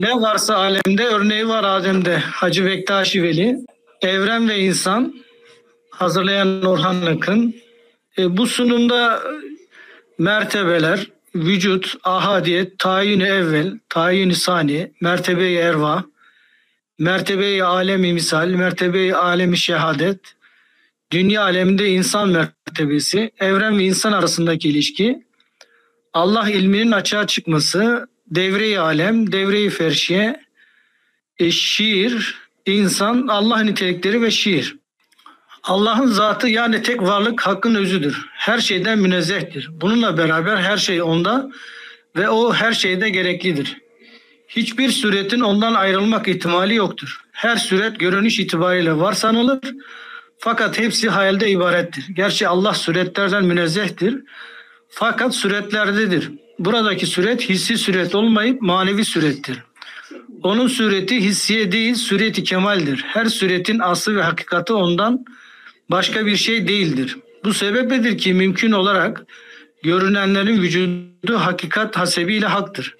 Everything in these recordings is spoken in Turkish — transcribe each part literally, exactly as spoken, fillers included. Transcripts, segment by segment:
Ne varsa alemde örneği var Adem'de. Hacı Bektaşi Veli. Evren ve İnsan. Hazırlayan Orhan Akın. E, bu sunumda mertebeler, vücut, ahadiyet, tayin-i evvel, tayin-i sani, mertebe-i erva, mertebe-i alemi misal, mertebe-i alemi şehadet, dünya aleminde insan mertebesi, evren ve insan arasındaki ilişki, Allah ilminin açığa çıkması, devre-i alem, devre-i ferşiye, e, şiir, insan, Allah nitelikleri ve şiir. Allah'ın zatı yani tek varlık hakkın özüdür. Her şeyden münezzehtir. Bununla beraber her şey onda ve o her şeyde gereklidir. Hiçbir suretin ondan ayrılmak ihtimali yoktur. Her suret görünüş itibariyle var sanılır. Fakat hepsi hayalde ibarettir. Gerçi Allah suretlerden münezzehtir. Fakat suretlerdedir. Buradaki suret hissi suret olmayıp manevi surettir. Onun sureti hissiye değil, sureti kemaldir. Her suretin aslı ve hakikati ondan başka bir şey değildir. Bu sebepledir ki mümkün olarak görünenlerin vücudu hakikat hasebiyle haktır.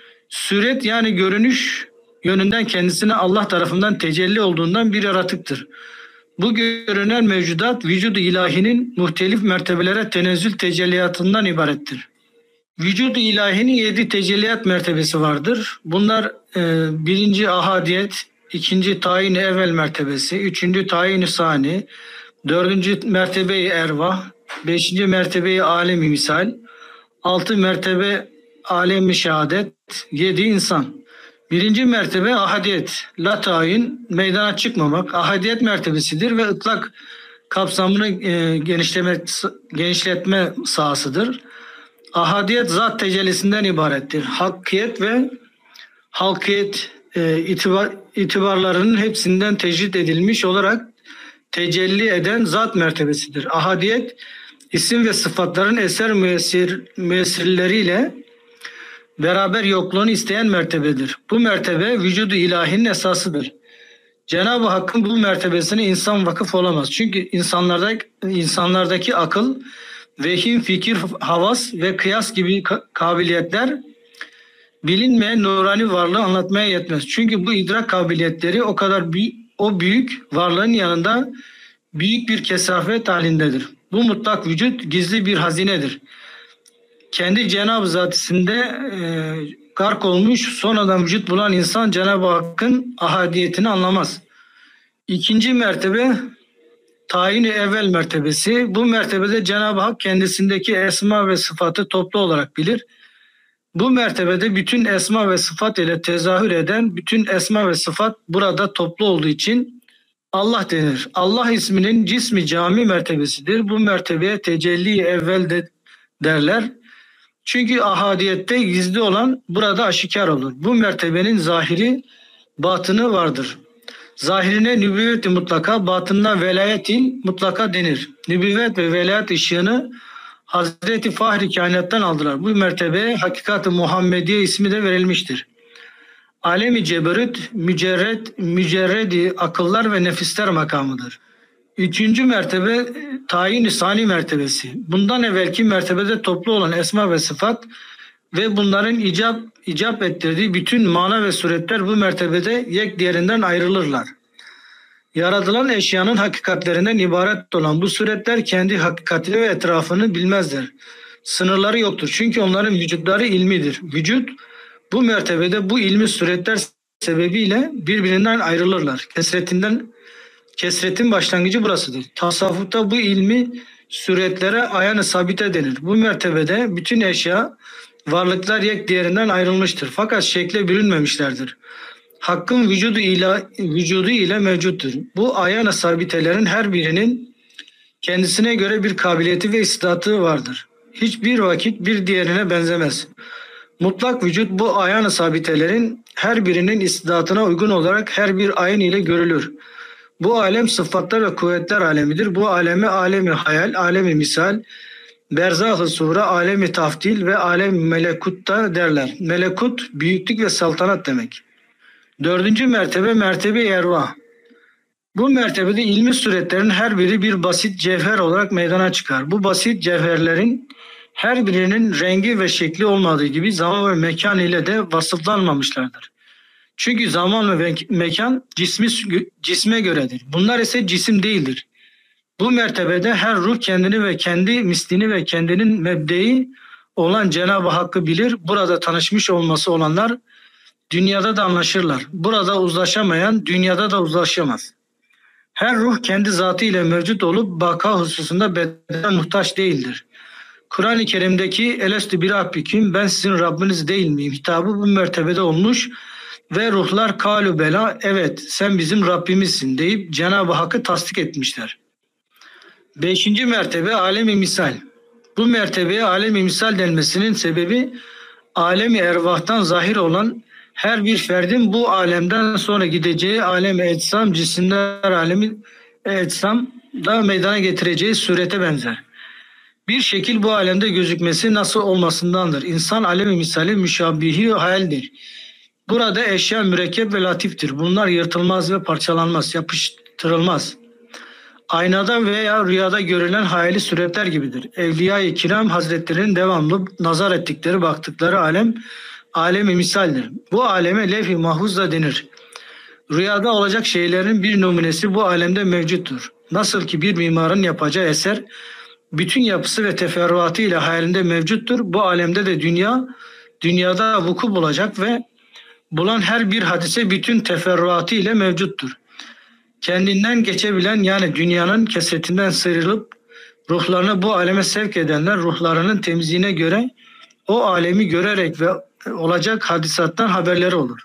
Suret yani görünüş yönünden kendisine Allah tarafından tecelli olduğundan bir yaratıktır. Bu görünen mevcudat vücudu ilahinin muhtelif mertebelere tenezzül tecelliyatından ibarettir. Vücudu ilahinin yedi tecelliyat mertebesi vardır. Bunlar e, birinci ahadiyet, ikinci tayin-i evvel mertebesi, üçüncü tayin-i sani, dördüncü mertebe-i ervah, beşinci mertebe-i alemi misal, altı mertebe alemi şehadet, yedi insan. Birinci mertebe ahadiyet, la tayin, meydana çıkmamak, ahadiyet mertebesidir ve ıtlak kapsamını e, genişleme, genişletme sahasıdır. Ahadiyet zat tecellisinden ibarettir. Hakkiyet ve halkiyet e, itibar, itibarlarının hepsinden tecrid edilmiş olarak tecelli eden zat mertebesidir. Ahadiyet isim ve sıfatların eser müessir, müessirleriyle beraber yokluğunu isteyen mertebedir. Bu mertebe vücudu ilahinin esasıdır. Cenab-ı Hakk'ın bu mertebesine insan vakıf olamaz. Çünkü insanlardaki, insanlardaki akıl, vehim, fikir, havas ve kıyas gibi kabiliyetler bilinmeyen nurani varlığı anlatmaya yetmez. Çünkü bu idrak kabiliyetleri o kadar büyük, o büyük varlığın yanında büyük bir kesafet halindedir. Bu mutlak vücut gizli bir hazinedir. Kendi Cenab-ı Zatisi'nde e, gark olmuş sonradan vücut bulan insan Cenab-ı Hakk'ın ahadiyetini anlamaz. İkinci mertebe tayin-i evvel mertebesi. Bu mertebede Cenab-ı Hak kendisindeki esma ve sıfatı toplu olarak bilir. Bu mertebede bütün esma ve sıfat ile tezahür eden bütün esma ve sıfat burada toplu olduğu için Allah denir. Allah isminin cismi cami mertebesidir. Bu mertebeye tecelli evvel de derler. Çünkü ahadiyette gizli olan burada aşikar olur. Bu mertebenin zahiri, batını vardır. Zahirine nübüvvet-i mutlaka, batınına velayet-i mutlaka denir. Nübüvvet ve velayet ışığını Hazreti Fahri Kainat'tan aldılar. Bu mertebeye hakikat-ı Muhammediye ismi de verilmiştir. Alemi ceberüt, mücerred, mücerredi akıllar ve nefisler makamıdır. Üçüncü mertebe tayin-i sani mertebesi. Bundan evvelki mertebede toplu olan esma ve sıfat ve bunların icap, icap ettirdiği bütün mana ve suretler bu mertebede yek diğerinden ayrılırlar. Yaratılan eşyanın hakikatlerinden ibaret olan bu suretler kendi hakikatini ve etrafını bilmezler. Sınırları yoktur. Çünkü onların vücutları ilmidir. Vücut bu mertebede bu ilmi suretler sebebiyle birbirinden ayrılırlar. Kesretinden Kesretin başlangıcı burasıdır. Tasavvufta bu ilmi suretlere ayan-ı sabite denir. Bu mertebede bütün eşya, varlıklar yek diğerinden ayrılmıştır. Fakat şekle bürünmemişlerdir. Hakkın vücudu ile, vücudu ile mevcuttur. Bu ayan-ı sabitelerin her birinin kendisine göre bir kabiliyeti ve istidatı vardır. Hiçbir vakit bir diğerine benzemez. Mutlak vücut bu ayan-ı sabitelerin her birinin istidatına uygun olarak her bir ayin ile görülür. Bu alem sıfatlar ve kuvvetler alemidir. Bu aleme alemi hayal, alemi misal, berzah-ı sura, alemi taftil ve alem melekutta derler. Melekut büyüklük ve saltanat demek. Dördüncü mertebe mertebe-i ervah. Bu mertebede ilmi suretlerin her biri bir basit cevher olarak meydana çıkar. Bu basit cevherlerin her birinin rengi ve şekli olmadığı gibi zaman ve mekan ile de vasıflanmamışlardır. Çünkü zaman ve mekan cismi, cisme göredir. Bunlar ise cisim değildir. Bu mertebede her ruh kendini ve kendi mislini ve kendinin mebdeyi olan Cenab-ı Hakk'ı bilir. Burada tanışmış olması olanlar dünyada da anlaşırlar. Burada uzlaşamayan dünyada da uzlaşamaz. Her ruh kendi zatı ile mevcut olup baka hususunda bedene muhtaç değildir. Kur'an-ı Kerim'deki elestü bir rabbiküm, ben sizin Rabbiniz değil miyim hitabı bu mertebede olmuş ve ruhlar kalu bela, evet sen bizim Rabbimizsin deyip Cenab-ı Hakk'ı tasdik etmişler. Beşinci mertebe alemi misal. Bu mertebeye alemi misal denmesinin sebebi alemi ervahtan zahir olan her bir ferdin bu alemden sonra gideceği alemi etsam, cisimler alemi etsam da meydana getireceği surete benzer. Bir şekil bu alemde gözükmesi nasıl olmasındandır. İnsan alemi misali müşabbihi hayaldir. Burada eşya mürekkep ve latiftir. Bunlar yırtılmaz ve parçalanmaz, yapıştırılmaz. Aynada veya rüyada görülen hayali suretler gibidir. Evliya-i Kiram Hazretlerinin devamlı nazar ettikleri, baktıkları alem, alemi misaldir. Bu aleme levh-i mahfuz da denir. Rüyada olacak şeylerin bir numunesi bu alemde mevcuttur. Nasıl ki bir mimarın yapacağı eser, bütün yapısı ve teferruatı ile hayalinde mevcuttur. Bu alemde de dünya, dünyada vuku bulacak ve bulan her bir hadise bütün teferruatı ile mevcuttur. Kendinden geçebilen yani dünyanın kesretinden sıyrılıp ruhlarını bu aleme sevk edenler ruhlarının temizliğine göre o alemi görerek ve olacak hadisattan haberleri olur.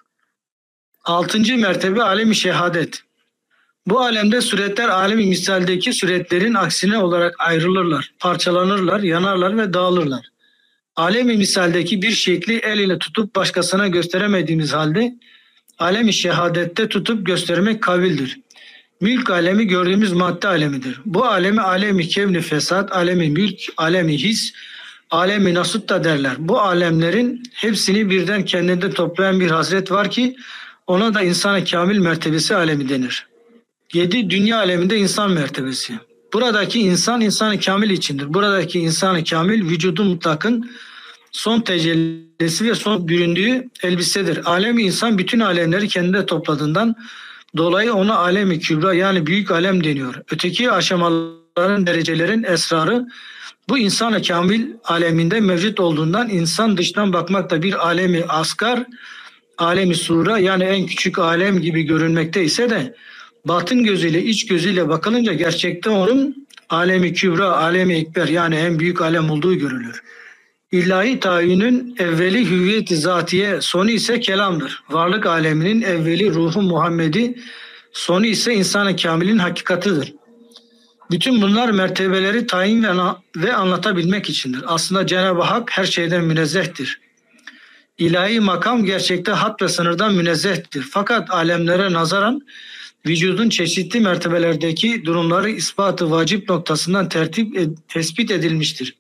Altıncı mertebe alemi şehadet. Bu alemde suretler alemi misaldeki suretlerin aksine olarak ayrılırlar, parçalanırlar, yanarlar ve dağılırlar. Alemi misaldeki bir şekli el ile tutup başkasına gösteremediğimiz halde alemi şehadette tutup göstermek kabildir. Mülk alemi gördüğümüz madde alemidir. Bu alemi alemi kevni fesat, alemi mülk, alemi his, alemi nasut da derler. Bu alemlerin hepsini birden kendinde toplayan bir hazret var ki ona da insan-ı kamil mertebesi alemi denir. Yedi dünya aleminde insan mertebesi. Buradaki insan insan-ı kamil içindir. Buradaki insan-ı kamil vücudu mutlakın son tecellisi ve son büründüğü elbisedir. Alemi insan bütün alemleri kendinde topladığından dolayı ona alemi kübra yani büyük alem deniyor. Öteki aşamaların, derecelerin esrarı bu insan-ı kamil aleminde mevcut olduğundan insan dıştan bakmakta bir alemi asgar, alemi sura yani en küçük alem gibi görünmekte ise de batın gözüyle iç gözüyle bakılınca gerçekte onun alemi kübra, alemi ekber yani en büyük alem olduğu görülür. İlahi tayinin evveli hüviyet-i zatiye, sonu ise kelamdır. Varlık aleminin evveli ruhu Muhammedi, sonu ise insan-ı kamilin hakikatıdır. Bütün bunlar mertebeleri tayin ve anlatabilmek içindir. Aslında Cenab-ı Hak her şeyden münezzehtir. İlahi makam gerçekte had ve sınırdan münezzehtir. Fakat alemlere nazaran vücudun çeşitli mertebelerdeki durumları ispatı vacip noktasından tertip ed- tespit edilmiştir.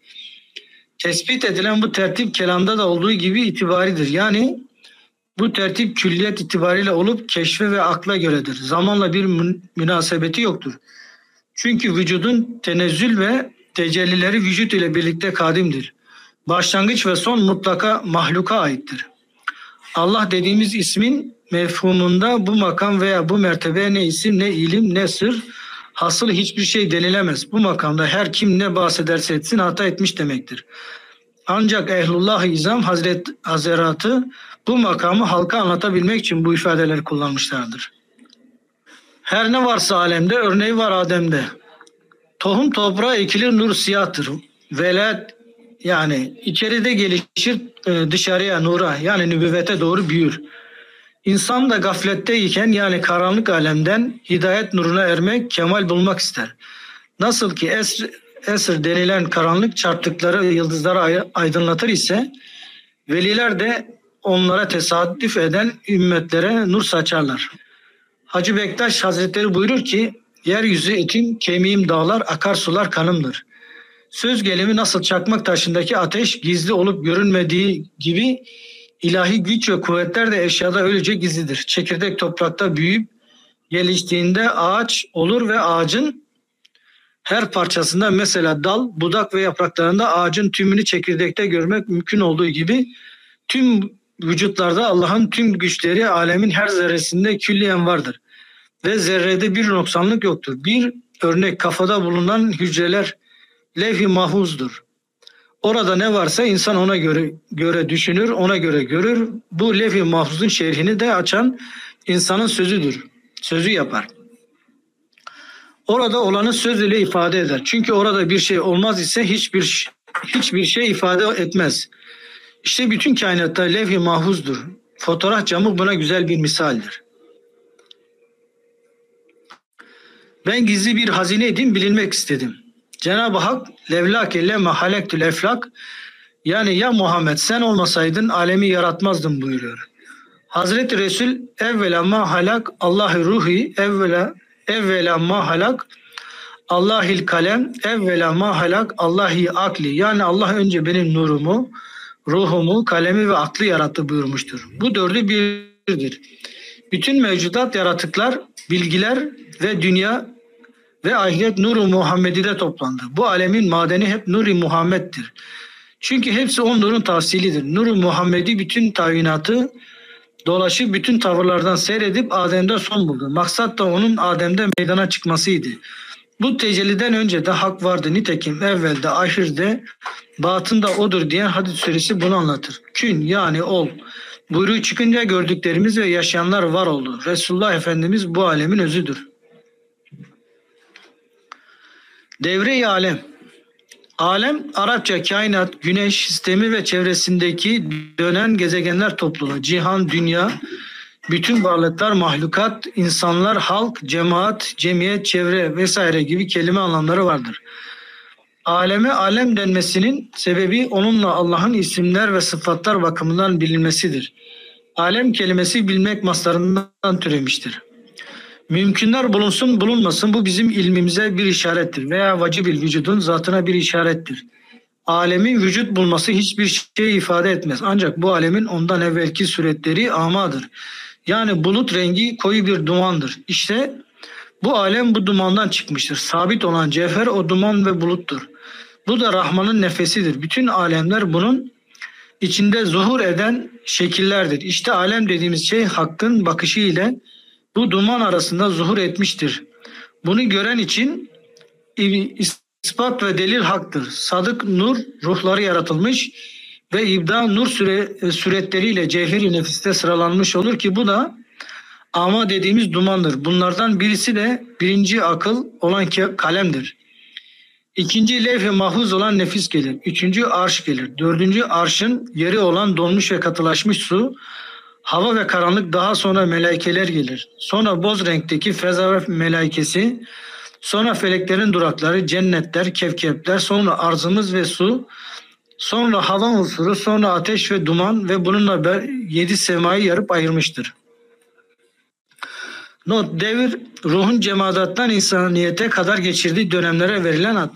Tespit edilen bu tertip kelamda da olduğu gibi itibaridir. Yani bu tertip külliyet itibariyle olup keşfe ve akla göredir. Zamanla bir mün- münasebeti yoktur. Çünkü vücudun tenezzül ve tecellileri vücut ile birlikte kadimdir. Başlangıç ve son mutlaka mahluka aittir. Allah dediğimiz ismin mefhumunda bu makam veya bu mertebe ne isim, ne ilim, ne sır, hasıl hiçbir şey denilemez. Bu makamda her kim ne bahsederse etsin hata etmiş demektir. Ancak Ehlullah-ı İzam Hazret Hazaratı bu makamı halka anlatabilmek için bu ifadeleri kullanmışlardır. Her ne varsa alemde örneği var Adem'de. Tohum toprağa ekilir, nur siyahtır. Velayet yani içeride gelişir, dışarıya nura yani nübüvvete doğru büyür. İnsan da gafletteyken yani karanlık alemden hidayet nuruna ermek, kemal bulmak ister. Nasıl ki esr, esr denilen karanlık çarptıkları yıldızları aydınlatır ise veliler de onlara tesadüf eden ümmetlere nur saçarlar. Hacı Bektaş Hazretleri buyurur ki yeryüzü etim, kemiğim dağlar, akarsular kanımdır. Söz gelimi nasıl çakmak taşındaki ateş gizli olup görünmediği gibi ilahi güç ve kuvvetler de eşyada öylece gizlidir. Çekirdek toprakta büyüyüp geliştiğinde ağaç olur ve ağacın her parçasında mesela dal, budak ve yapraklarında ağacın tümünü çekirdekte görmek mümkün olduğu gibi tüm vücutlarda Allah'ın tüm güçleri alemin her zerresinde külliyen vardır. Ve zerrede bir noksanlık yoktur. Bir örnek kafada bulunan hücreler levh-i mahfuzdur. Orada ne varsa insan ona göre göre düşünür, ona göre görür. Bu levh-i mahfuzun şerhini de açan insanın sözüdür. Sözü yapar. Orada olanı söz ile ifade eder. Çünkü orada bir şey olmaz ise hiçbir hiçbir şey ifade etmez. İşte bütün kainatta levh-i mahfuzdur. Fotoğraf camı buna güzel bir misaldir. Ben gizli bir hazineydim, bilinmek istedim. Cenab-ı Hak levlake lemme halektül eflak, yani ya Muhammed sen olmasaydın alemi yaratmazdım buyuruyor. Hazreti Resul evvela ma halak Allahü ruhi evvela evvela ma halak Allahil kalem evvela ma halak Allahi akli, yani Allah önce benim nurumu, ruhumu, kalemi ve aklı yarattı buyurmuştur. Bu dördü birdir. Bütün mevcudat yaratıklar, bilgiler ve dünya ve ahiret nuru Muhammedi'de toplandı. Bu alemin madeni hep Nur-i Muhammed'dir. Çünkü hepsi o nurun tahsilidir. Nur-u Muhammedi bütün tayinatı dolaşıp bütün tavırlardan seyredip Adem'de son buldu. Maksat da onun Adem'de meydana çıkmasıydı. Bu tecelliden önce de hak vardı. Nitekim evvelde, ahirde, batında odur diyen hadis suresi bunu anlatır. Kün, yani ol buyruğu çıkınca gördüklerimiz ve yaşayanlar var oldu. Resulullah Efendimiz bu alemin özüdür. Devre-i alem. Alem, Arapça kainat, güneş sistemi ve çevresindeki dönen gezegenler topluluğu. Cihan, dünya, bütün varlıklar, mahlukat, insanlar, halk, cemaat, cemiyet, çevre vesaire gibi kelime anlamları vardır. Aleme alem denmesinin sebebi onunla Allah'ın isimler ve sıfatlar bakımından bilinmesidir. Alem kelimesi bilmek maslarından türemiştir. Mümkünler bulunsun bulunmasın bu bizim ilmimize bir işarettir veya vacibil vücudun zatına bir işarettir. Alemin vücut bulması hiçbir şey ifade etmez. Ancak bu alemin ondan evvelki suretleri amadır. Yani bulut rengi koyu bir dumandır. İşte bu alem bu dumandan çıkmıştır. Sabit olan cevher o duman ve buluttur. Bu da Rahman'ın nefesidir. Bütün alemler bunun içinde zuhur eden şekillerdir. İşte alem dediğimiz şey Hakk'ın bakışı ile bu duman arasında zuhur etmiştir. Bunu gören için ispat ve delil haktır. Sadık nur ruhları yaratılmış ve ibda nur süre, süretleriyle cevher-i nefiste sıralanmış olur ki bu da ama dediğimiz dumandır. Bunlardan birisi de birinci akıl olan kalemdir. İkinci levh-i mahfuz olan nefis gelir. Üçüncü arş gelir. Dördüncü arşın yeri olan donmuş ve katılaşmış su, hava ve karanlık, daha sonra melaikeler gelir. Sonra boz renkteki feza melaikesi, sonra feleklerin durakları, cennetler, kevkepler, sonra arzımız ve su, sonra hava unsuru, sonra ateş ve duman ve bununla yedi semayı yarıp ayırmıştır. Not: devir, ruhun cemaattan insaniyete kadar geçirdiği dönemlere verilen ad.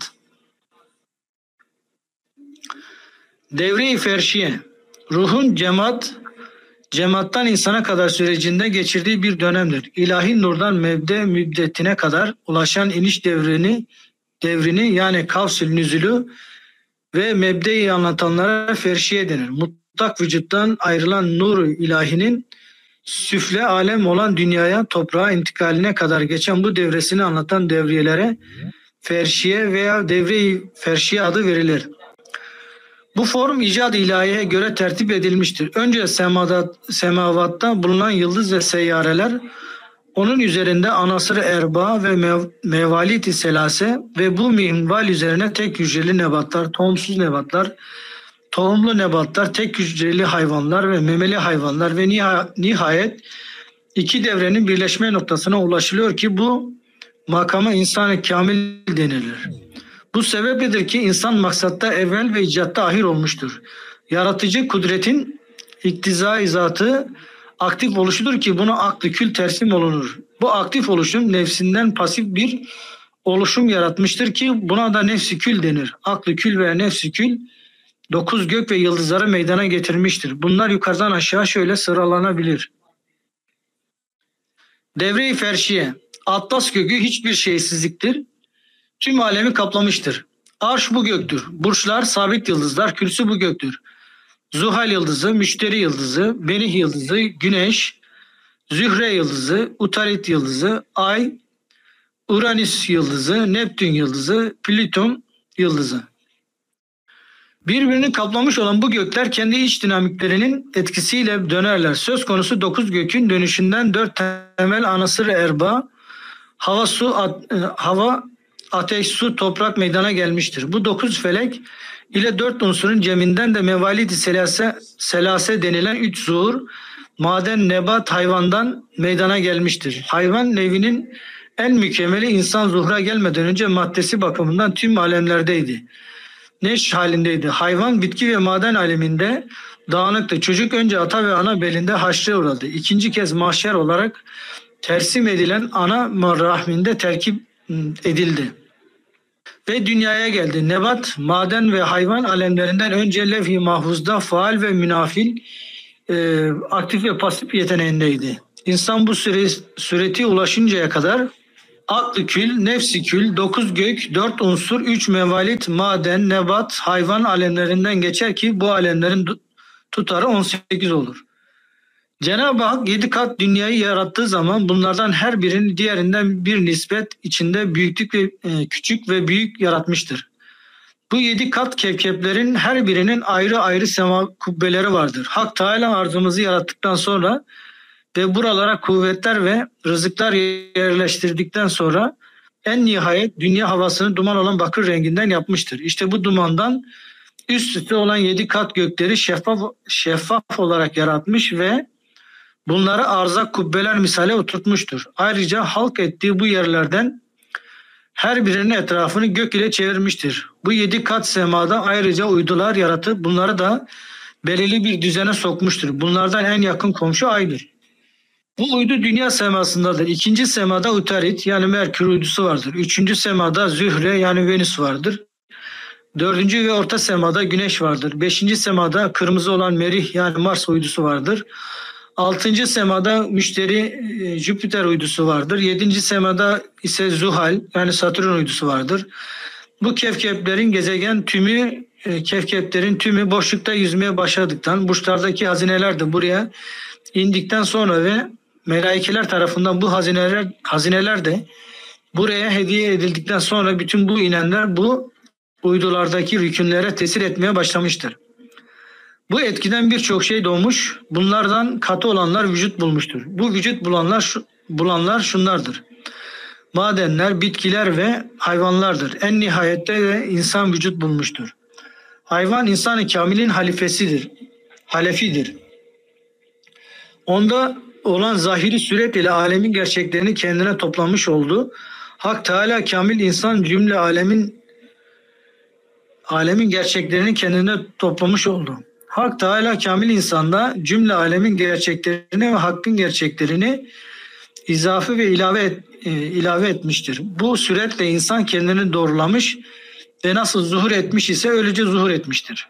Devre-i ferşiye, ruhun cemaat, cemaattan insana kadar sürecinde geçirdiği bir dönemdir. İlahi nurdan mebde müddetine kadar ulaşan iniş devrini, devrini yani kavs-ül nüzülü ve mebdeyi anlatanlara ferşiye denir. Mutlak vücuttan ayrılan nur-u ilahinin süfle alem olan dünyaya, toprağa intikaline kadar geçen bu devresini anlatan devriyelere ferşiye veya devre-i ferşiye adı verilir. Bu form icad-ı ilahiye göre tertip edilmiştir. Önce semada, semavatta bulunan yıldız ve seyyareler, onun üzerinde anasır erba ve mev, mevalit-i selase ve bu minval üzerine tek hücreli nebatlar, tohumsuz nebatlar, tohumlu nebatlar, tek hücreli hayvanlar ve memeli hayvanlar ve nihayet iki devrenin birleşme noktasına ulaşılıyor ki bu makama insan-ı kamil denilir. Bu sebepledir ki insan maksatta evvel ve icatta ahir olmuştur. Yaratıcı kudretin iktizai zatı aktif oluşudur ki buna aklı kül tersim olunur. Bu aktif oluşum nefsinden pasif bir oluşum yaratmıştır ki buna da nefsi kül denir. Aklı kül veya nefsi kül dokuz gök ve yıldızları meydana getirmiştir. Bunlar yukarıdan aşağı şöyle sıralanabilir. Devre-i ferşiye, Atlas gökü hiçbir şeysizliktir. Tüm alemi kaplamıştır. Arş bu göktür. Burçlar, sabit yıldızlar, kürsü bu göktür. Zuhal yıldızı, Müşteri yıldızı, Benih yıldızı, Güneş, Zühre yıldızı, Utarit yıldızı, Ay, Uranüs yıldızı, Neptün yıldızı, Plüton yıldızı. Birbirini kaplamış olan bu gökler kendi iç dinamiklerinin etkisiyle dönerler. Söz konusu dokuz gökün dönüşünden dört temel anasır erba, hava, su, at, e, hava, ateş, su, toprak meydana gelmiştir. Bu dokuz felek ile dört unsurun ceminden de mevalid-i selase, selase denilen üç zuhur, maden, nebat, hayvandan meydana gelmiştir. Hayvan nevinin en mükemmeli insan zuhra gelmeden önce maddesi bakımından tüm alemlerdeydi. Neş halindeydi. Hayvan, bitki ve maden aleminde dağınıktı. Çocuk önce ata ve ana belinde haşre uğradı. İkinci kez mahşer olarak tersim edilen ana rahminde terkip edildi. Ve dünyaya geldi. Nebat, maden ve hayvan alemlerinden önce levh-i mahfuzda faal ve münafil, e, aktif ve pasif yeteneğindeydi. İnsan bu süre, süreti ulaşıncaya kadar aklı kül, nefsi kül, dokuz gök, dört unsur, üç mevalit, maden, nebat, hayvan alemlerinden geçer ki bu alemlerin tutarı on sekiz olur. Cenab-ı Hak yedi kat dünyayı yarattığı zaman bunlardan her birinin diğerinden bir nispet içinde büyüklük ve e, küçük ve büyük yaratmıştır. Bu yedi kat kevkeplerin her birinin ayrı ayrı sema kubbeleri vardır. Hak Teala arzımızı yarattıktan sonra ve buralara kuvvetler ve rızıklar yerleştirdikten sonra en nihayet dünya havasını duman olan bakır renginden yapmıştır. İşte bu dumandan üst üste olan yedi kat gökleri şeffaf, şeffaf olarak yaratmış ve bunları arzak kubbeler misale oturtmuştur. Ayrıca halk ettiği bu yerlerden her birinin etrafını gök ile çevirmiştir. Bu yedi kat semada ayrıca uydular yaratıp bunları da belirli bir düzene sokmuştur. Bunlardan en yakın komşu Ay'dır. Bu uydu dünya semasındadır. İkinci semada Utarit yani Merkür uydusu vardır. Üçüncü semada Zühre yani Venüs vardır. Dördüncü ve orta semada Güneş vardır. Beşinci semada kırmızı olan Merih yani Mars uydusu vardır. Altıncı semada Müşteri e, Jüpiter uydusu vardır. Yedinci semada ise Zuhal yani Satürn uydusu vardır. Bu kevkeplerin gezegen tümü, e, kevkeplerin tümü boşlukta yüzmeye başladıktan, burçlardaki hazineler de buraya indikten sonra ve melaikeler tarafından bu hazineler hazineler de buraya hediye edildikten sonra bütün bu inenler bu uydulardaki rükünlere tesir etmeye başlamıştır. Bu etkiden birçok şey doğmuş. Bunlardan katı olanlar vücut bulmuştur. Bu vücut bulanlar şu, bulanlar şunlardır. Madenler, bitkiler ve hayvanlardır. En nihayette de insan vücut bulmuştur. Hayvan insan-ı kamilin halifesidir. Halefidir. Onda olan zahiri suret ile alemin gerçeklerini kendine toplamış oldu. Hak Teala kamil insan cümle alemin alemin gerçeklerini kendine toplamış oldu. Hak Teala kamil insanda cümle alemin gerçeklerini ve hakkın gerçeklerini izafe ve ilave et, e, ilave etmiştir. Bu suretle insan kendini doğrulamış ve nasıl zuhur etmiş ise öylece zuhur etmiştir.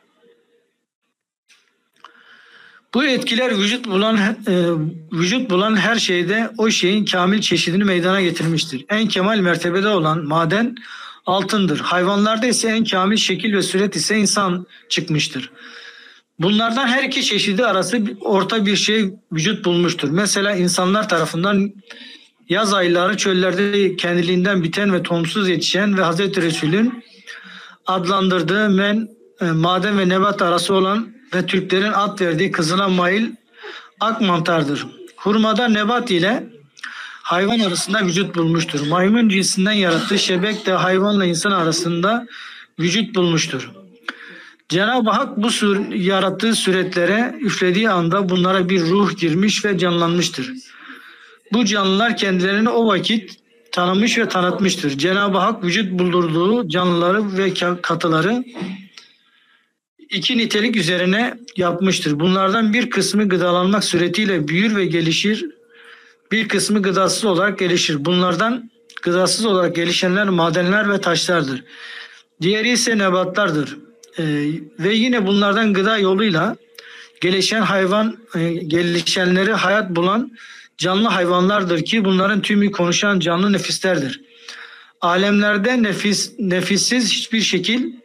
Bu etkiler vücut bulan e, vücut bulan her şeyde o şeyin kamil çeşidini meydana getirmiştir. En kemal mertebede olan maden altındır. Hayvanlarda ise en kamil şekil ve suret ise insan çıkmıştır. Bunlardan her iki çeşidi arası orta bir şey vücut bulmuştur. Mesela insanlar tarafından yaz ayları çöllerde kendiliğinden biten ve tohumsuz yetişen ve Hazreti Resul'ün adlandırdığı men, e, maden ve nebat arası olan ve Türklerin ad verdiği kızıla mail ak mantardır. Hurmada nebat ile hayvan arasında vücut bulmuştur. Maymun cinsinden yarattığı şebek de hayvanla insan arasında vücut bulmuştur. Cenab-ı Hak bu sur yarattığı suretlere üflediği anda bunlara bir ruh girmiş ve canlanmıştır. Bu canlılar kendilerini o vakit tanımış ve tanıtmıştır. Cenab-ı Hak vücut buldurduğu canlıları ve katıları iki nitelik üzerine yapmıştır. Bunlardan bir kısmı gıdalanmak suretiyle büyür ve gelişir. Bir kısmı gıdasız olarak gelişir. Bunlardan gıdasız olarak gelişenler madenler ve taşlardır. Diğeri ise nebatlardır. Ee, ve yine bunlardan gıda yoluyla gelişen hayvan, e, gelişenleri hayat bulan canlı hayvanlardır ki bunların tümü konuşan canlı nefislerdir. Alemlerde nefis, nefissiz hiçbir şekil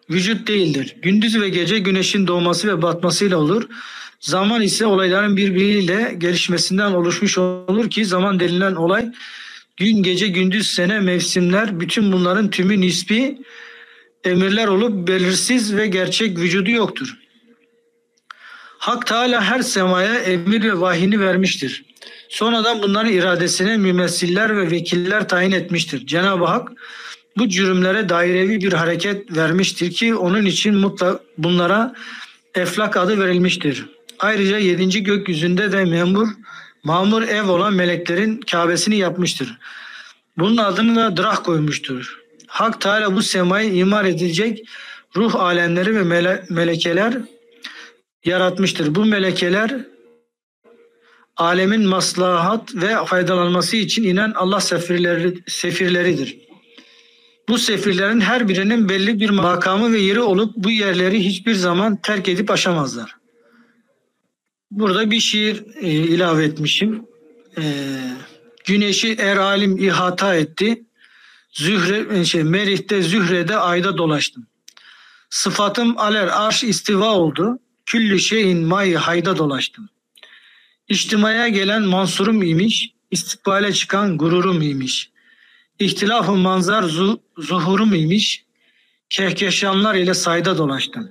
vücut değildir. Gündüz ve gece güneşin doğması ve batmasıyla olur. Zaman ise olayların birbiriyle gelişmesinden oluşmuş olur ki zaman denilen olay gün, gece, gündüz, sene, mevsimler, bütün bunların tümü nispi emirler olup belirsiz ve gerçek vücudu yoktur. Hak Teala her semaya emir ve vahyini vermiştir. Sonradan bunların iradesine mümessiller ve vekiller tayin etmiştir. Cenab-ı Hak bu cürümlere dairevi bir hareket vermiştir ki onun için mutlak bunlara eflak adı verilmiştir. Ayrıca yedinci gökyüzünde de memur, mamur ev olan meleklerin Kâbesini yapmıştır. Bunun adını da Drah koymuştur. Hak Teala bu semayı imar edilecek ruh alemleri ve mele- melekeler yaratmıştır. Bu melekeler alemin maslahat ve faydalanması için inen Allah sefirleri, sefirleridir. Bu sefirlerin her birinin belli bir makamı ve yeri olup bu yerleri hiçbir zaman terk edip aşamazlar. Burada bir şiir e, ilave etmişim. E, güneşi er alim ihata etti. Zühre, şey, Merih'te, Zühre'de, ayda dolaştım. Sıfatım aler arş istiva oldu. Küllü şeyin mayı hayda dolaştım. İçtimaya gelen mansurum imiş, istikbale çıkan gururum imiş. İhtilaf-ı manzar zu, zuhurum imiş, kehkeşanlar ile sayda dolaştım.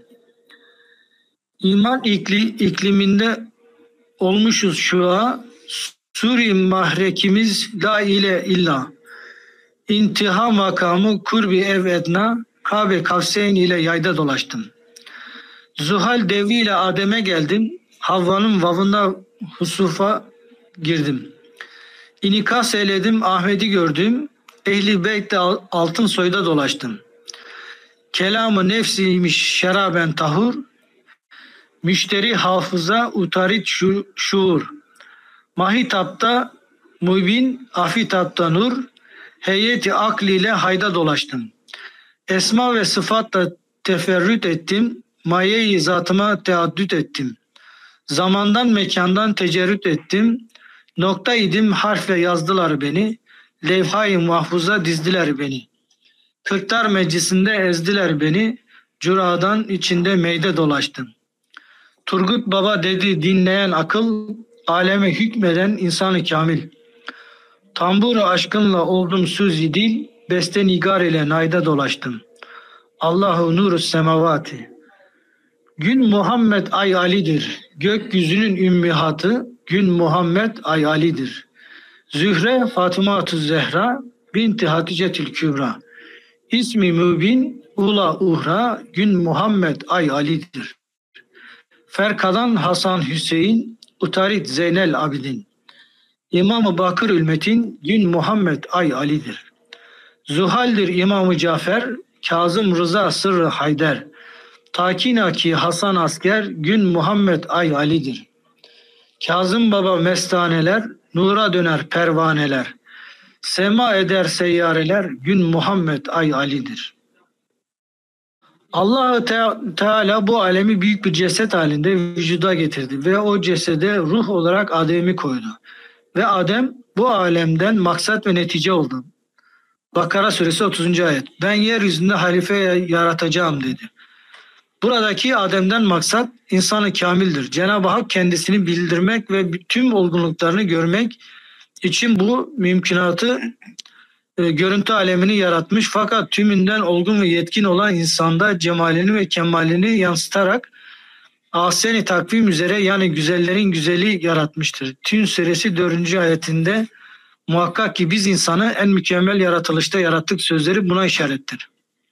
İman ikli, ikliminde olmuşuz şu an, Suri mahrekimiz la ile illa. İntiha makamı kurbi ev edna, Kabe Kavseyn ile yayda dolaştım. Zuhal devri ile Adem'e geldim, Havva'nın vavında husufa girdim. İnikas eyledim, Ahmet'i gördüm, Ehli Beyt'te altın soyda dolaştım. Kelamı nefsiymiş şeraben tahur, müşteri hafıza utarit şu, şuur. Mahitapta mübin, afitapta nur, heyeti akliyle hayda dolaştım. Esma ve sıfatla teferrüt ettim, maye-i zatıma teaddüt ettim. Zamandan mekandan tecerrüt ettim, nokta idim harfle yazdılar beni, levha-i mahfuza dizdiler beni. Kırklar meclisinde ezdiler beni, cüradan içinde meyde dolaştım. Turgut Baba dedi dinleyen akıl, aleme hükmeden insanı kamil. Tamburu aşkınla oldum söz-i dil, beste nigar ile nayda dolaştım. Allahu nuru semavati. Gün Muhammed ay Ali'dir. Gökyüzünün ümmihatı, gün Muhammed ay Ali'dir. Zühre Fatıma-tü Zehra, binti Hatice-tül Kübra. İsmi mübin, ula uhra, gün Muhammed ay Ali'dir. Ferkadan Hasan Hüseyin, utarit Zeynel Abidin. İmam-ı Bakır Ülmetin, gün Muhammed ay Ali'dir. Zuhaldir İmam-ı Cafer, Kazım Rıza Sırrı Hayder. Takinaki Hasan Asker, gün Muhammed ay Ali'dir. Kazım Baba mestaneler, nura döner pervaneler. Sema eder seyyareler, gün Muhammed ay Ali'dir. Allah-u Teala bu alemi büyük bir ceset halinde vücuda getirdi ve o cesede ruh olarak Adem'i koydu. Ve Adem bu alemden maksat ve netice oldu. Bakara suresi otuzuncu ayet. Ben yeryüzünde halife yaratacağım dedi. Buradaki Adem'den maksat insanı kamildir. Cenab-ı Hak kendisini bildirmek ve tüm olgunluklarını görmek için bu mümkünatı e, görüntü alemini yaratmış. Fakat tümünden olgun ve yetkin olan insanda cemalini ve kemalini yansıtarak ahsen-i takvim üzere yani güzellerin güzeli yaratmıştır. Tün suresi dördüncü ayetinde muhakkak ki biz insanı en mükemmel yaratılışta yarattık sözleri buna işarettir.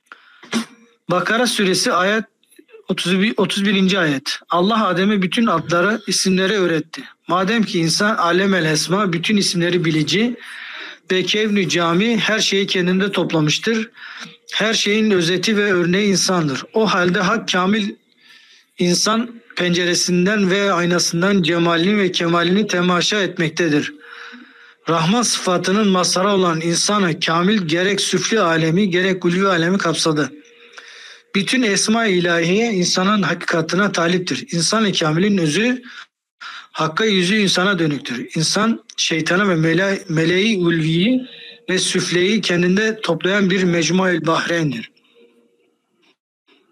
Bakara suresi ayet otuz birinci ayet. Allah Adem'e bütün adları, isimleri öğretti. Madem ki insan alemel esma, bütün isimleri bilici ve kevni cami her şeyi kendinde toplamıştır. Her şeyin özeti ve örneği insandır. O halde hak kamil insan penceresinden ve aynasından cemalini ve kemalini temaşa etmektedir. Rahman sıfatının mazharı olan insanı kamil gerek süfli alemi gerek ulvi alemi kapsadı. Bütün esma-i ilahiye insanın hakikatine taliptir. İnsan-ı kamilin özü, hakka yüzü insana dönüktür. İnsan, şeytanı ve mele, meleği ulviyi ve süfleyi kendinde toplayan bir mecmuaül bahreyndir.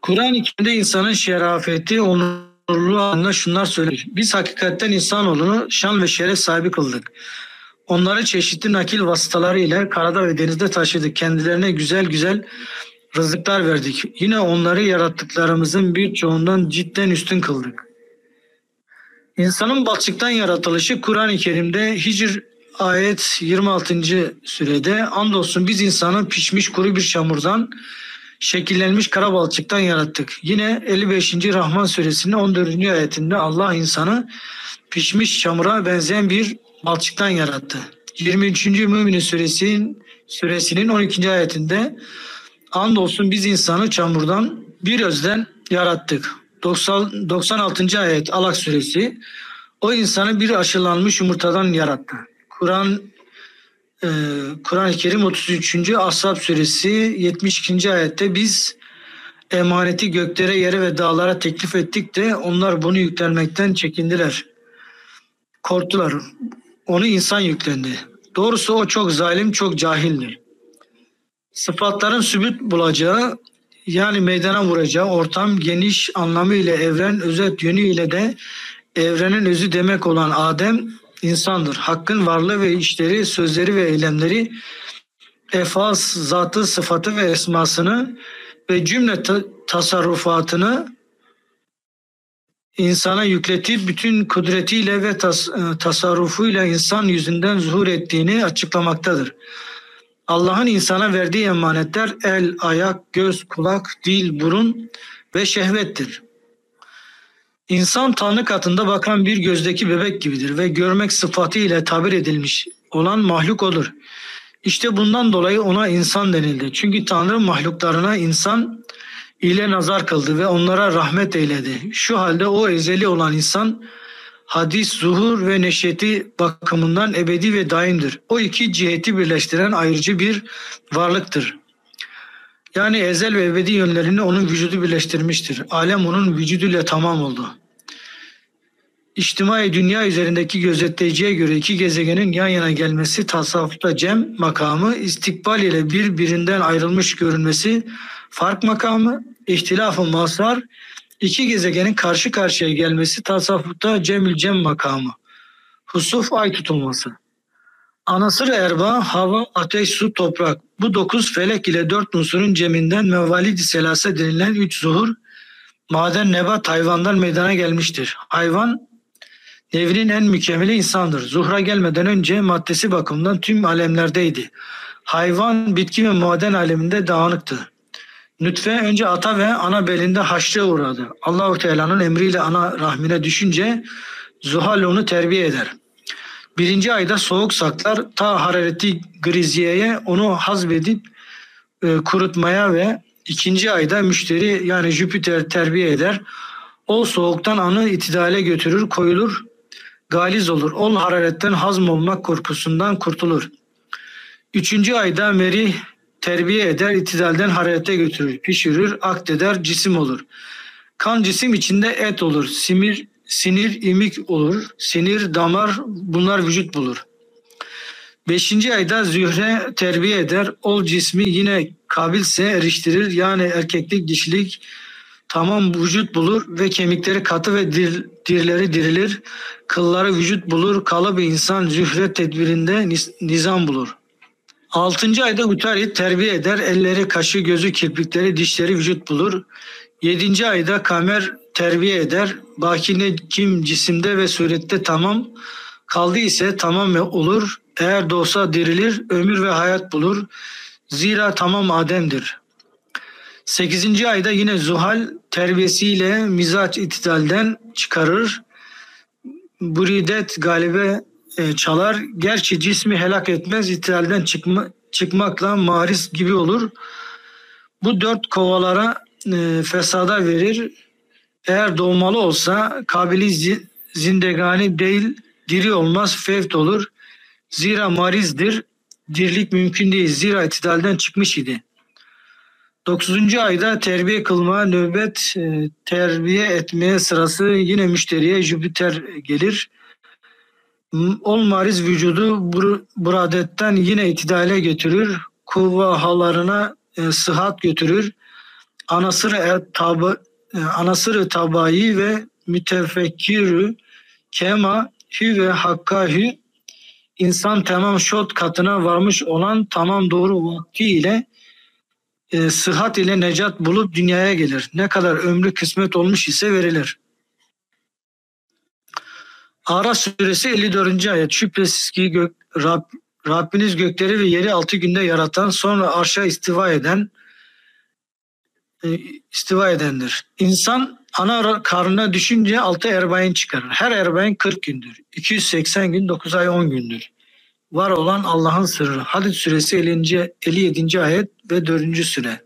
Kur'an-ı Kerim'de insanın şerafeti, onurlu hakkında şunlar söyler. Biz hakikaten insanoğlunu şan ve şeref sahibi kıldık. Onları çeşitli nakil vasıtaları ile karada ve denizde taşıdık. Kendilerine güzel güzel rızıklar verdik. Yine onları yarattıklarımızın birçoğundan cidden üstün kıldık. İnsanın balçıktan yaratılışı Kur'an-ı Kerim'de Hicr ayet yirmi altıncı surede andolsun biz insanı pişmiş kuru bir çamurdan şekillenmiş kara balçıktan yarattık. Yine elli beşinci Rahman suresinin on dördüncü ayetinde Allah insanı pişmiş çamura benzeyen bir balçıktan yarattı. yirmi üçüncü Mümin suresinin, suresinin on ikinci ayetinde andolsun biz insanı çamurdan bir özden yarattık. doksan, doksan altıncı ayet Alak suresi o insanı bir aşılanmış yumurtadan yarattı. Kur'an e, Kur'an-ı Kerim otuz üçüncü Ashab suresi yetmiş ikinci ayette biz emaneti göklere, yere ve dağlara teklif ettik de onlar bunu yüklenmekten çekindiler. Korktular. Onu insan yüklendi. Doğrusu o çok zalim, çok cahildir. Sıfatların sübut bulacağı yani meydana vuracağı ortam geniş anlamıyla evren, özet yönüyle de evrenin özü demek olan Adem insandır. Hakkın varlığı ve işleri, sözleri ve eylemleri, efas, zatı, sıfatı ve esmasını ve cümle ta- tasarrufatını insana yükletip bütün kudretiyle ve tas- tasarrufuyla insan yüzünden zuhur ettiğini açıklamaktadır. Allah'ın insana verdiği emanetler el, ayak, göz, kulak, dil, burun ve şehvettir. İnsan Tanrı katında bakan bir gözdeki bebek gibidir ve görmek sıfatı ile tabir edilmiş olan mahluk odur. İşte bundan dolayı ona insan denildi. Çünkü Tanrı mahluklarına insan ile nazar kıldı ve onlara rahmet eyledi. Şu halde o ezeli olan insan hadis, zuhur ve neşeti bakımından ebedi ve daimdir. O iki ciheti birleştiren ayrıcı bir varlıktır. Yani ezel ve ebedi yönlerini onun vücudu birleştirmiştir. Alem onun vücuduyla tamam oldu. İçtimai dünya üzerindeki gözetleyiciye göre iki gezegenin yan yana gelmesi tasavvufta cem makamı, istikbal ile birbirinden ayrılmış görünmesi fark makamı, ihtilaf-ı mazhar, iki gezegenin karşı karşıya gelmesi tasavvufta cemül cem makamı, husuf ay tutulması. Anasır erba, hava, ateş, su, toprak. Bu dokuz felek ile dört unsurun ceminden mevalid-i selase denilen üç zuhur, maden, nebat, hayvandan meydana gelmiştir. Hayvan, devrin en mükemmeli insandır. Zuhra gelmeden önce maddesi bakımından tüm alemlerdeydi. Hayvan, bitki ve maden aleminde dağınıktı. Nütfe önce ata ve ana belinde haşre uğradı. Allah-u Teala'nın emriyle ana rahmine düşünce Zuhal onu terbiye eder. Birinci ayda soğuk saklar ta harareti griziyeye onu hazbedip e, kurutmaya ve ikinci ayda müşteri yani Jüpiter terbiye eder. O soğuktan anı itidale götürür, koyulur, galiz olur. Ol hararetten hazm olmak korkusundan kurtulur. Üçüncü ayda Merih terbiye eder, itidalden hararete götürür, pişirir, akdeder, cisim olur. Kan cisim içinde et olur, simir, sinir, imik olur, sinir, damar bunlar vücut bulur. Beşinci ayda Zühre terbiye eder, ol cismi yine kabilse eriştirir, yani erkeklik, dişilik tamam vücut bulur ve kemikleri katı ve dir, dirleri dirilir, kılları vücut bulur, kalıbı insan Zühre tedbirinde nizam bulur. Altıncı ayda Utarit terbiye eder, elleri, kaşı, gözü, kirpikleri, dişleri vücut bulur. Yedinci ayda Kamer terbiye eder, bakine kim cisimde ve surette tamam, kaldı ise tamam olur, eğer doğsa dirilir, ömür ve hayat bulur, zira tamam Adem'dir. Sekizinci ayda yine Zuhal terbiyesiyle mizaç itidalden çıkarır, buridet galibe e, çalar, gerçi cismi helak etmez, itidalden çıkma, çıkmakla maris gibi olur. Bu dört kovalara e, fesada verir. Eğer doğmalı olsa kabili zindegani değil, diri olmaz, fevt olur. Zira marizdir, dirlik mümkün değil. Zira itidalden çıkmış idi. Dokuzuncu ayda terbiye kılma, nöbet e, terbiye etmeye sırası yine müşteriye Jüpiter gelir. Ol mariz vücudu bur, buradetten yine itidale götürür. Kuvvahalarına e, sıhhat götürür. anasır e tabi anasır tabai ve mütefekkirü kema hü ve hakkahü, insan tamam şot katına varmış olan tamam doğru vakti ile e, sıhhat ile necat bulup dünyaya gelir. Ne kadar ömrü kısmet olmuş ise verilir. Araf suresi elli dördüncü ayet. Şüphesiz ki gök, Rab, Rabbiniz gökleri ve yeri altı günde yaratan, sonra arşa istiva eden e, istiva edendir. İnsan ana karnına düşünce altı erbain çıkarır. Her erbain kırk gündür. iki yüz seksen gün, dokuz ay on gündür. Var olan Allah'ın sırrı. Hadid suresi elli yedinci ayet ve dördüncü süre.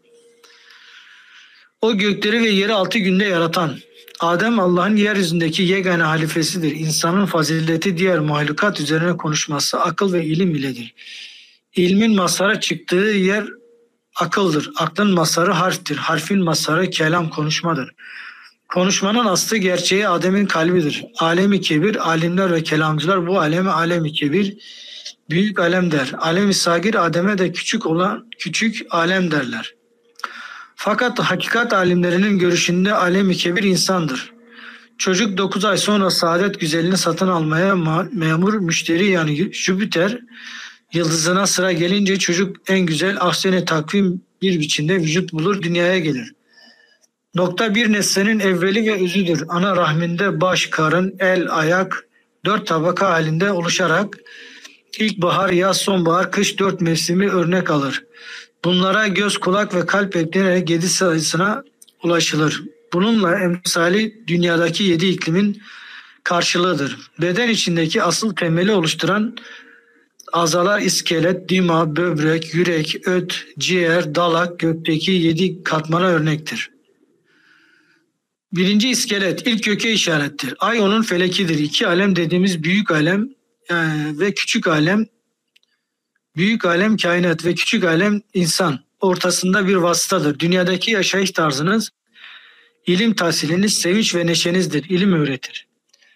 O gökleri ve yeri altı günde yaratan. Adem Allah'ın yeryüzündeki yegane halifesidir. İnsanın fazileti diğer mahlukat üzerine konuşması akıl ve ilim iledir. İlmin mazhara çıktığı yer akıldır. Aklın mazharı harftir. Harfin mazharı kelam, konuşmadır. Konuşmanın aslı gerçeği Adem'in kalbidir. Alemi kebir, alimler ve kelamcılar bu aleme alemi kebir, büyük alem der. Alem-i sagir, Adem'e de küçük olan küçük alem derler. Fakat hakikat alimlerinin görüşünde alem-i kebir insandır. Çocuk dokuz ay sonra saadet güzelini satın almaya memur müşteri yani Jüpiter yıldızına sıra gelince çocuk en güzel ahsen-i takvim bir biçimde vücut bulur, dünyaya gelir. Nokta bir nesnenin evveli ve özüdür. Ana rahminde baş, karın, el, ayak dört tabaka halinde oluşarak ilkbahar, yaz, sonbahar, kış dört mevsimi örnek alır. Bunlara göz, kulak ve kalp eklenerek yedi sayısına ulaşılır. Bununla emsali dünyadaki yedi iklimin karşılığıdır. Beden içindeki asıl temeli oluşturan azalar iskelet, dima, böbrek, yürek, öt, ciğer, dalak gökteki yedi katmana örnektir. Birinci iskelet ilk göke işarettir. Ay onun felekidir. İki alem dediğimiz büyük alem yani ve küçük alem, büyük alem kainat ve küçük alem insan ortasında bir vasıtadır. Dünyadaki yaşayış tarzınız, ilim tahsiliniz, sevinç ve neşenizdir. İlim öğretir.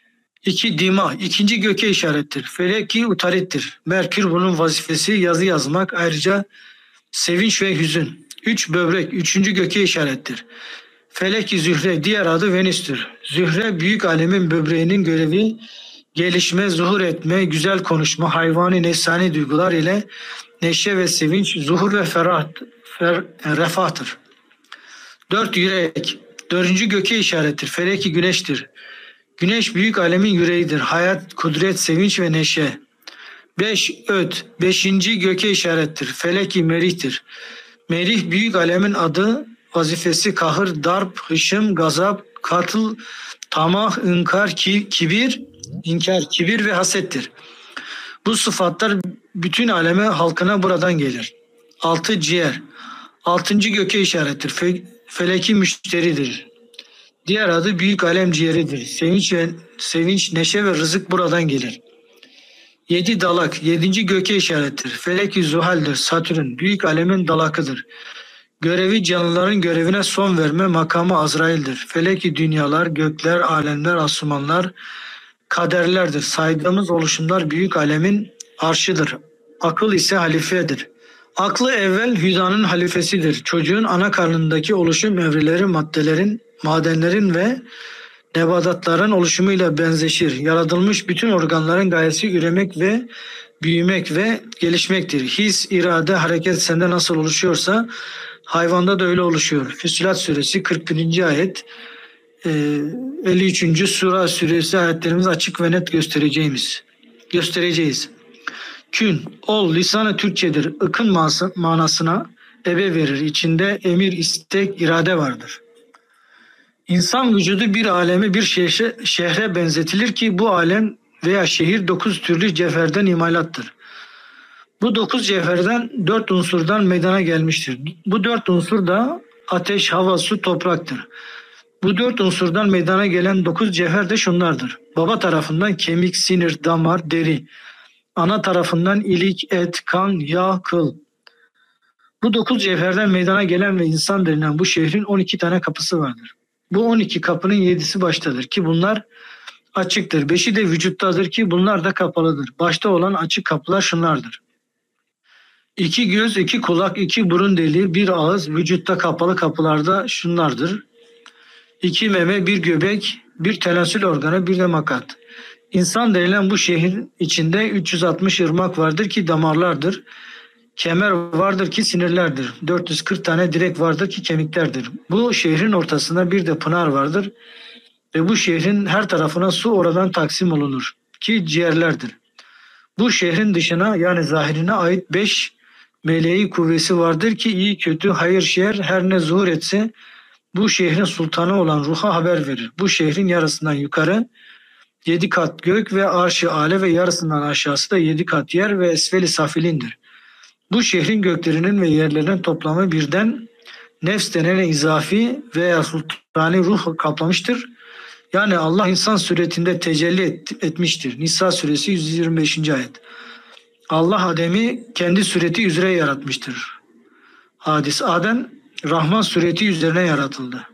İki dima, ikinci göke işarettir. Feleki utarittir. Merkür bunun vazifesi yazı yazmak, ayrıca sevinç ve hüzün. Üç böbrek, üçüncü göke işarettir. Feleki Zühre, diğer adı Venüs'tür. Zühre büyük alemin böbreğinin görevi gelişme, zuhur etme, güzel konuşma, hayvani nefsani duygular ile neşe ve sevinç, zuhur ve ferah, fer, refahtır. Dört yürek, dördüncü göke işarettir. Feleki güneştir. Güneş büyük alemin yüreğidir. Hayat, kudret, sevinç ve neşe. Beş öt, beşinci göke işarettir. Feleki merihtir. Merih büyük alemin adı, vazifesi kahır, darp, hışım, gazap, katıl, tamah, inkar, ki, kibir, inkar, kibir ve hasettir. Bu sıfatlar bütün aleme halkına buradan gelir. Altı ciğer. Altıncı göke işarettir. Fe, feleki müşteridir. Diğer adı büyük alem ciğeridir. Sevinç ve sevinç, neşe ve rızık buradan gelir. Yedi dalak. Yedinci göke işarettir. Feleki zuhaldir. Satürn. Büyük alemin dalakıdır. Görevi canlıların görevine son verme makamı Azrail'dir. Feleki dünyalar, gökler, alemler, asumanlar, kaderlerdir. Saydığımız oluşumlar büyük alemin arşıdır. Akıl ise halifedir. Aklı evvel hüdanın halifesidir. Çocuğun ana karnındaki oluşum evreleri maddelerin, madenlerin ve nebatatların oluşumuyla benzeşir. Yaratılmış bütün organların gayesi üremek ve büyümek ve gelişmektir. His, irade, hareket sende nasıl oluşuyorsa hayvanda da öyle oluşuyor. Füssilat suresi kırk birinci ayet, elli üçüncü sura suresi ayetlerimizi açık ve net göstereceğimiz. Göstereceğiz. Kün, ol, lisan-ı Türkçedir. Ikın manasına ebe verir. İçinde emir, istek, irade vardır. İnsan vücudu bir aleme, bir şehre, şehre benzetilir ki bu alem veya şehir dokuz türlü cevherden imalattır. Bu dokuz cevherden dört unsurdan meydana gelmiştir. Bu dört unsur da ateş, hava, su, topraktır. Bu dört unsurdan meydana gelen dokuz cevher de şunlardır. Baba tarafından kemik, sinir, damar, deri. Ana tarafından ilik, et, kan, yağ, kıl. Bu dokuz cevherden meydana gelen ve insan denilen bu şehrin on iki tane kapısı vardır. Bu on iki kapının yedisi baştadır ki bunlar açıktır. Beşi de vücuttadır ki bunlar da kapalıdır. Başta olan açık kapılar şunlardır. İki göz, iki kulak, iki burun deliği, bir ağız, vücutta kapalı kapılarda şunlardır. İki meme, bir göbek, bir tenasül organı, bir de makat. İnsan denilen bu şehrin içinde üç yüz altmış ırmak vardır ki damarlardır. Kemer vardır ki sinirlerdir. dört yüz kırk tane direk vardır ki kemiklerdir. Bu şehrin ortasında bir de pınar vardır. Ve bu şehrin her tarafına su oradan taksim olunur ki ciğerlerdir. Bu şehrin dışına yani zahirine ait beş meleği kuvvesi vardır ki iyi kötü hayır şer her ne zuhur etse bu şehrin sultanı olan ruha haber verir. Bu şehrin yarısından yukarı yedi kat gök ve arş-ı ale ve yarısından aşağısı da yedi kat yer ve esfeli safilindir. Bu şehrin göklerinin ve yerlerinin toplamı birden nefs denen izafi veya sultani ruh kaplamıştır. Yani Allah insan suretinde tecelli et, etmiştir. Nisa suresi yüz yirmi beşinci ayet. Allah Adem'i kendi sureti üzere yaratmıştır. Hadis Adem Rahman sureti üzerine yaratıldı.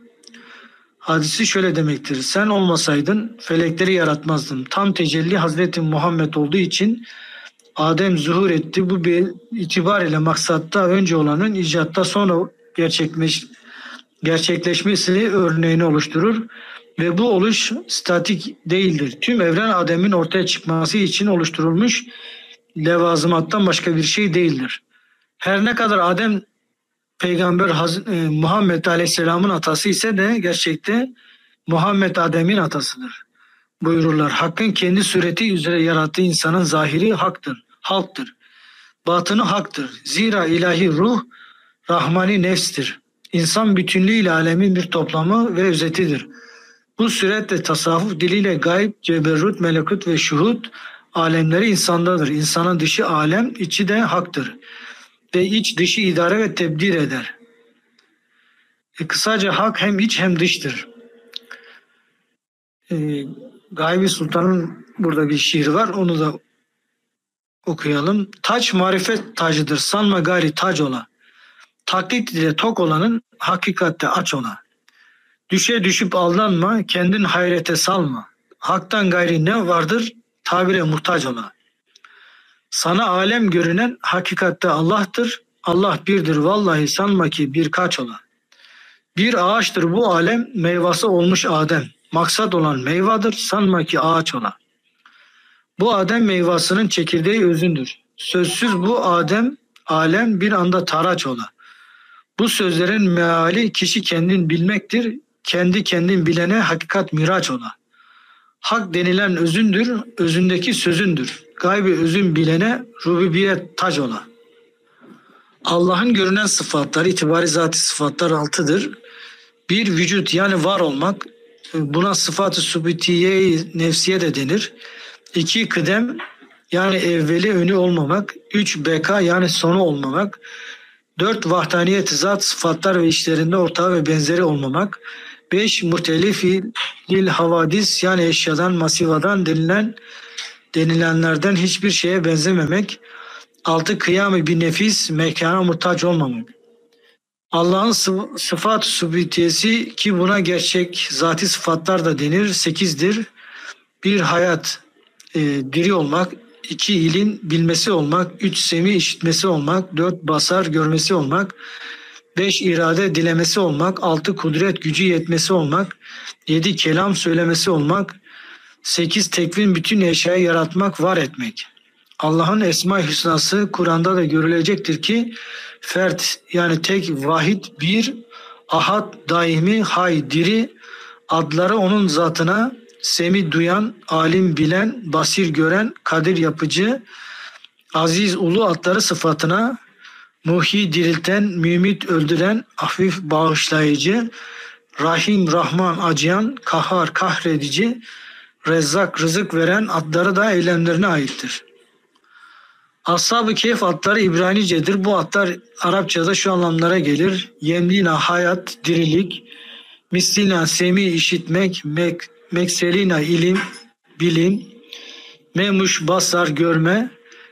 Hadisi şöyle demektir. Sen olmasaydın felekleri yaratmazdın. Tam tecelli Hazreti Muhammed olduğu için Adem zuhur etti. Bu bir itibar ile maksatta önce olanın icatta sonra gerçekleş, gerçekleşmesi örneğini oluşturur. Ve bu oluş statik değildir. Tüm evren Adem'in ortaya çıkması için oluşturulmuş levazımattan başka bir şey değildir. Her ne kadar Adem Peygamber Haz- e, Muhammed Aleyhisselam'ın atası ise de gerçekte Muhammed Adem'in atasıdır. Buyururlar. Hakkın kendi sureti üzere yarattığı insanın zahiri haktır, halktır. Batını haktır. Zira ilahi ruh Rahmani nefstir. İnsan bütünlüğüyle alemin bir toplamı ve özetidir. Bu suretle tasavvuf diliyle gayb, ceberrut, melekut ve şuhud alemleri insandadır. İnsanın dışı alem, içi de haktır. Ve iç dışı idare ve tebdir eder. E, kısaca hak hem iç hem dıştır. E, Gaybi Sultan'ın burada bir şiir var. Onu da okuyalım. Taç marifet tacıdır. Sanma gayri tac ola. Taklit ile tok olanın hakikatte aç ola. Düşe düşüp aldanma, kendin hayrete salma. Haktan gayri ne vardır, tabire muhtaç ola. Sana alem görünen hakikatte Allah'tır. Allah birdir vallahi sanma ki birkaç ola. Bir ağaçtır bu alem, meyvası olmuş Adem. Maksat olan meyvadır, sanma ki ağaç ola. Bu Adem meyvasının çekirdeği özündür. Sözsüz bu Adem, alem bir anda taraç ola. Bu sözlerin meali kişi kendin bilmektir. Kendi kendin bilene hakikat miraç ola. Hak denilen özündür, özündeki sözündür. Gaybi özün bilene rububiyet tac ola. Allah'ın görünen sıfatları itibari zati sıfatlar altıdır. Bir vücut yani var olmak, buna sıfat-ı subutiye nefsiye de denir. İki kıdem yani evveli önü olmamak. Üç beka yani sonu olmamak. Dört vahdaniyet zat sıfatlar ve işlerinde ortağı ve benzeri olmamak. Beş muhtelifil lil havadis yani eşyadan masivadan denilen denilenlerden hiçbir şeye benzememek. Altı kıyam-ı bir nefis mekana muhtaç olmamak. Allah'ın sıfat-ı subutiyesi ki buna gerçek zati sıfatlar da denir. Sekizdir. Bir hayat, e, diri olmak. İki ilin bilmesi olmak. Üç semi işitmesi olmak. Dört basar görmesi olmak. Beş irade dilemesi olmak. Altı kudret gücü yetmesi olmak. Yedi kelam söylemesi olmak. Sekiz tekvin bütün eşyayı yaratmak, var etmek. Allah'ın Esma-i Hüsnası Kur'an'da da görülecektir ki fert yani tek, vahid, bir, ahad, daimi, hay, diri adları onun zatına, semi duyan, alim bilen, basir gören, kadir yapıcı, aziz ulu adları sıfatına, muhi dirilten, mümit öldüren, hafif bağışlayıcı, rahim rahman acıyan, kahhar kahredici, rezzak rızık veren adları da eylemlerine aittir. Ashab-ı Kehf adları İbranicedir. Bu adlar Arapçada şu anlamlara gelir. Yemlina hayat, dirilik, mislina semi işitmek, mek, mekselina ilim, bilim, memuş basar görme,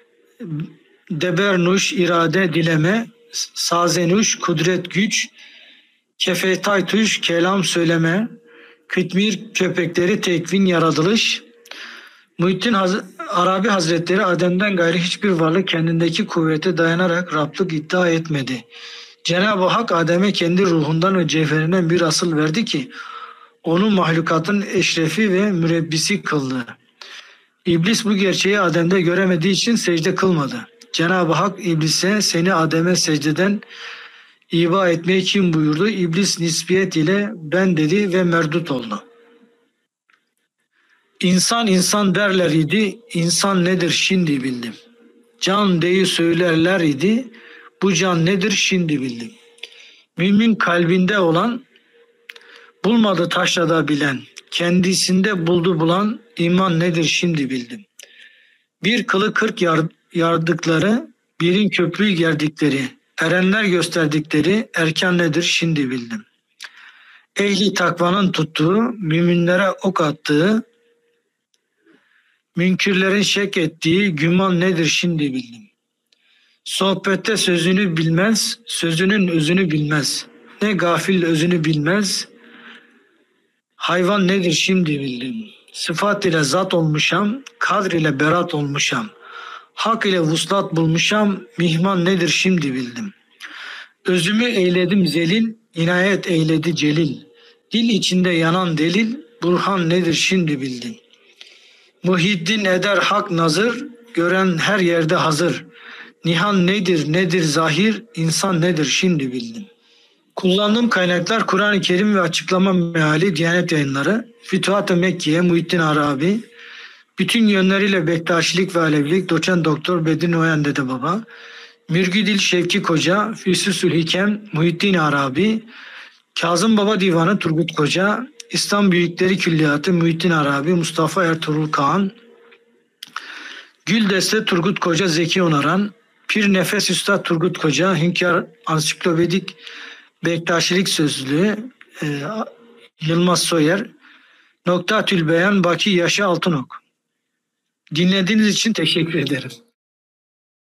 debernuş irade dileme, sazenuş kudret güç, kefetaytuş kelam söyleme, kıtmir köpekleri tekvin yaratılış. Muhittin Haz- Arabi Hazretleri Adem'den gayrı hiçbir varlık kendindeki kuvvete dayanarak Rablık iddia etmedi. Cenab-ı Hak Adem'e kendi ruhundan ve cevherinden bir asıl verdi ki onu mahlukatın eşrefi ve mürebbisi kıldı. İblis bu gerçeği Adem'de göremediği için secde kılmadı. Cenab-ı Hak İblis'e seni Adem'e secdeden iba etmeyi kim buyurdu? İblis nisbiyet ile ben dedi ve merdut oldu. İnsan insan derler idi, insan nedir şimdi bildim. Can deyi söylerler idi, bu can nedir şimdi bildim. Mümin kalbinde olan, bulmadı taşrada bilen, kendisinde buldu bulan, iman nedir şimdi bildim. Bir kılı kırk yar, yardıkları, birin köprüyü gerdikleri, erenler gösterdikleri erkan nedir şimdi bildim. Ehli takvanın tuttuğu, müminlere ok attığı, münkirlerin şek ettiği güman nedir şimdi bildim. Sohbette sözünü bilmez, sözünün özünü bilmez. Ne gafil özünü bilmez, hayvan nedir şimdi bildim. Sıfat ile zat olmuşam, kadr ile berat olmuşam. Hak ile vuslat bulmuşam, mihman nedir şimdi bildim. Özümü eyledim zelil, inayet eyledi celil. Dil içinde yanan delil, burhan nedir şimdi bildin. Muhiddin eder hak nazır, gören her yerde hazır. Nihan nedir, nedir zahir, insan nedir şimdi bildim. Kullandığım kaynaklar Kur'an-ı Kerim ve Açıklama Meali Diyanet Yayınları, Fütuhat-ı Mekke'ye Muhittin Arabi, bütün yönleriyle Bektaşilik ve Alevilik Doçent Doktor Bedir Noyan Dedebaba, Mürgüdil Şevki Koca, Füsusül Hikem Muhittin Arabi, Kazım Baba Divanı Turgut Koca, İslam Büyükleri Külliyatı Muhittin Arabi, Mustafa Ertuğrul Kağan, Güldeste Turgut Koca Zeki Onaran, Pir Nefes Üstad Turgut Koca, Hünkâr Ansiklopedik Bektaşilik Sözlüğü, e, Yılmaz Soyer, Noktatül Beyan Baki Yaşa Altınok. Dinlediğiniz için teşekkür ederim.